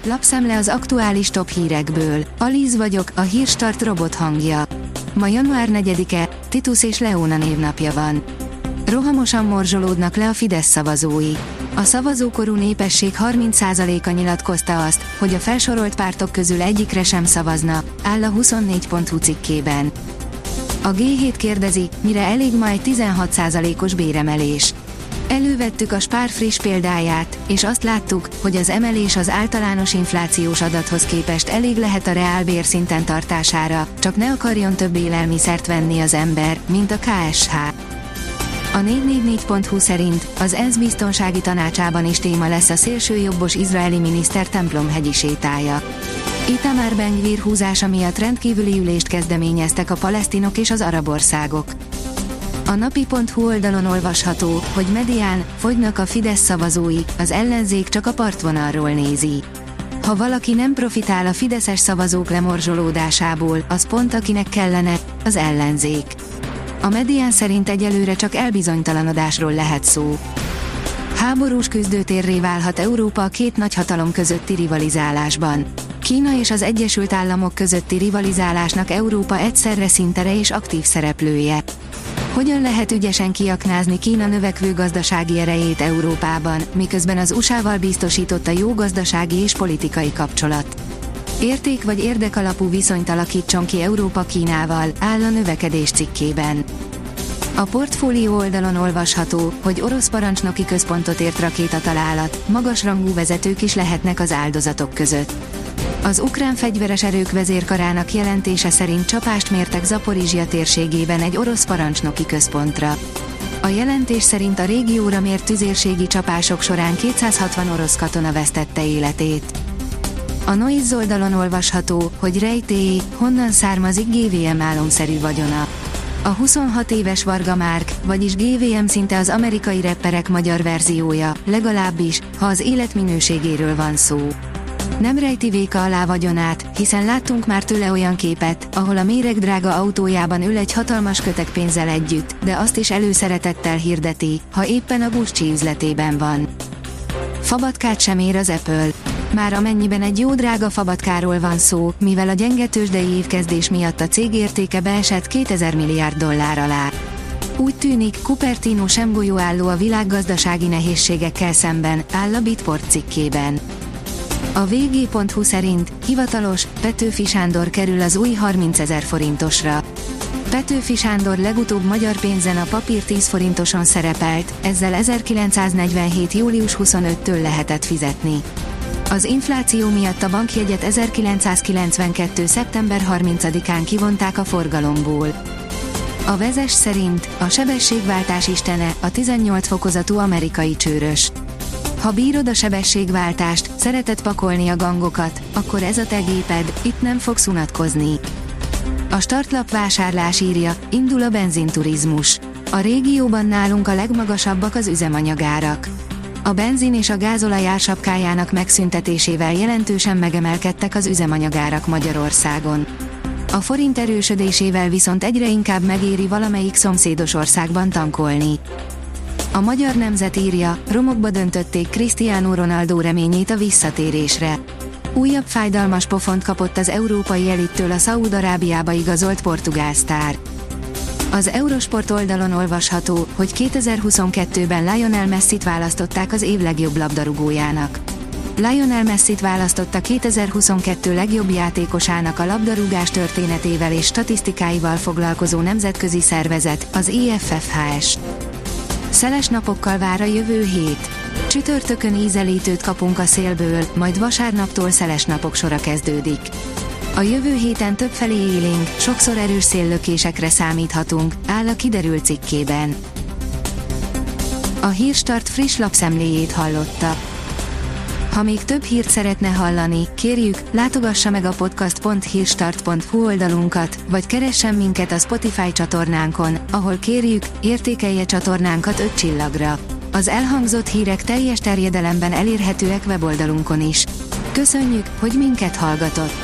Lapszemle az aktuális top hírekből. Alíz vagyok, a Hírstart robot hangja. Ma január 4-e, Titus és Leóna névnapja van. Rohamosan morzsolódnak le a Fidesz szavazói. A szavazókorú népesség 30%-a nyilatkozta azt, hogy a felsorolt pártok közül egyikre sem szavazna, áll a 24.hu cikkében. A G7 kérdezi, mire elég ma egy 16%-os béremelés. Elővettük a Spar friss példáját, és azt láttuk, hogy az emelés az általános inflációs adathoz képest elég lehet a reálbérszinten tartására, csak ne akarjon több élelmiszert venni az ember, mint a KSH. A 444.hu szerint az ENSZ biztonsági tanácsában is téma lesz a szélsőjobbos izraeli miniszter templomhegyi sétája. Itamar Ben-Gvir húzása miatt rendkívüli ülést kezdeményeztek a palesztinok és az arab országok. A napi.hu oldalon olvasható, hogy medián fogynak a Fidesz szavazói, az ellenzék csak a partvonalról nézi. Ha valaki nem profitál a fideszes szavazók lemorzsolódásából, az pont akinek kellene, az ellenzék. A medián szerint egyelőre csak elbizonytalanodásról lehet szó. Háborús küzdőtérré válhat Európa a két nagyhatalom közötti rivalizálásban. Kína és az Egyesült Államok közötti rivalizálásnak Európa egyszerre szintere és aktív szereplője. Hogyan lehet ügyesen kiaknázni Kína növekvő gazdasági erejét Európában, miközben az USA-val biztosított a jó gazdasági és politikai kapcsolat? Érték vagy érdekalapú viszonyt alakítson ki Európa Kínával, áll a növekedés cikkében. A Portfólió oldalon olvasható, hogy orosz parancsnoki központot ért rakétatalálat, magasrangú vezetők is lehetnek az áldozatok között. Az ukrán fegyveres erők vezérkarának jelentése szerint csapást mértek Zaporizsja térségében egy orosz parancsnoki központra. A jelentés szerint a régióra mért tüzérségi csapások során 260 orosz katona vesztette életét. A Noiz oldalon olvasható, hogy rejtély, honnan származik GVM álomszerű vagyona. A 26 éves Varga Márk, vagyis GVM szinte az amerikai rapperek magyar verziója, legalábbis, ha az életminőségéről van szó. Nem rejti véka alá vagyonát, hiszen láttunk már tőle olyan képet, ahol a méregdrága autójában ül egy hatalmas kötek pénzzel együtt, de azt is előszeretettel hirdeti, ha éppen a Gucci üzletében van. Fabatkát sem ér az Apple. Már amennyiben egy jó drága fabatkáról van szó, mivel a gyenge tőzsdei évkezdés miatt a cég értéke beesett 2000 milliárd dollár alá. Úgy tűnik, Cupertino sem golyóálló a világgazdasági nehézségekkel szemben, áll a Bitport cikkében. A vg.hu szerint hivatalos, Petőfi Sándor kerül az új 30 000 forintosra. Petőfi Sándor legutóbb magyar pénzen a papír 10 forintoson szerepelt, ezzel 1947. július 25-től lehetett fizetni. Az infláció miatt a bankjegyet 1992. szeptember 30-án kivonták a forgalomból. A Vezes szerint a sebességváltás istene, a 18 fokozatú amerikai csőrös. Ha bírod a sebességváltást, szereted pakolni a gangokat, akkor ez a te géped, itt nem fogsz unatkozni. A startlap vásárlás írja, indul a benzinturizmus. A régióban nálunk a legmagasabbak az üzemanyagárak. A benzin és a gázolaj ársapkájának megszüntetésével jelentősen megemelkedtek az üzemanyagárak Magyarországon. A forint erősödésével viszont egyre inkább megéri valamelyik szomszédos országban tankolni. A Magyar Nemzet írja, romokba döntötték Cristiano Ronaldo reményét a visszatérésre. Újabb fájdalmas pofont kapott az európai elittől a Szaúd-Arábiába igazolt portugál sztár. Az Eurosport oldalon olvasható, hogy 2022-ben Lionel Messit választották az év legjobb labdarúgójának. Lionel Messit választotta 2022 legjobb játékosának a labdarúgás történetével és statisztikáival foglalkozó nemzetközi szervezet, az IFFHS. Szeles napokkal vár a jövő hét. Csütörtökön ízelítőt kapunk a szélből, majd vasárnaptól szeles napok sora kezdődik. A jövő héten többfelé élénk, sokszor erős széllökésekre számíthatunk, áll a kiderült cikkében. A Hírstart friss lapszemléjét hallotta. Ha még több hírt szeretne hallani, kérjük, látogassa meg a podcast.hírstart.hu oldalunkat, vagy keressen minket a Spotify csatornánkon, ahol kérjük, értékelje csatornánkat 5 csillagra. Az elhangzott hírek teljes terjedelemben elérhetőek weboldalunkon is. Köszönjük, hogy minket hallgatott!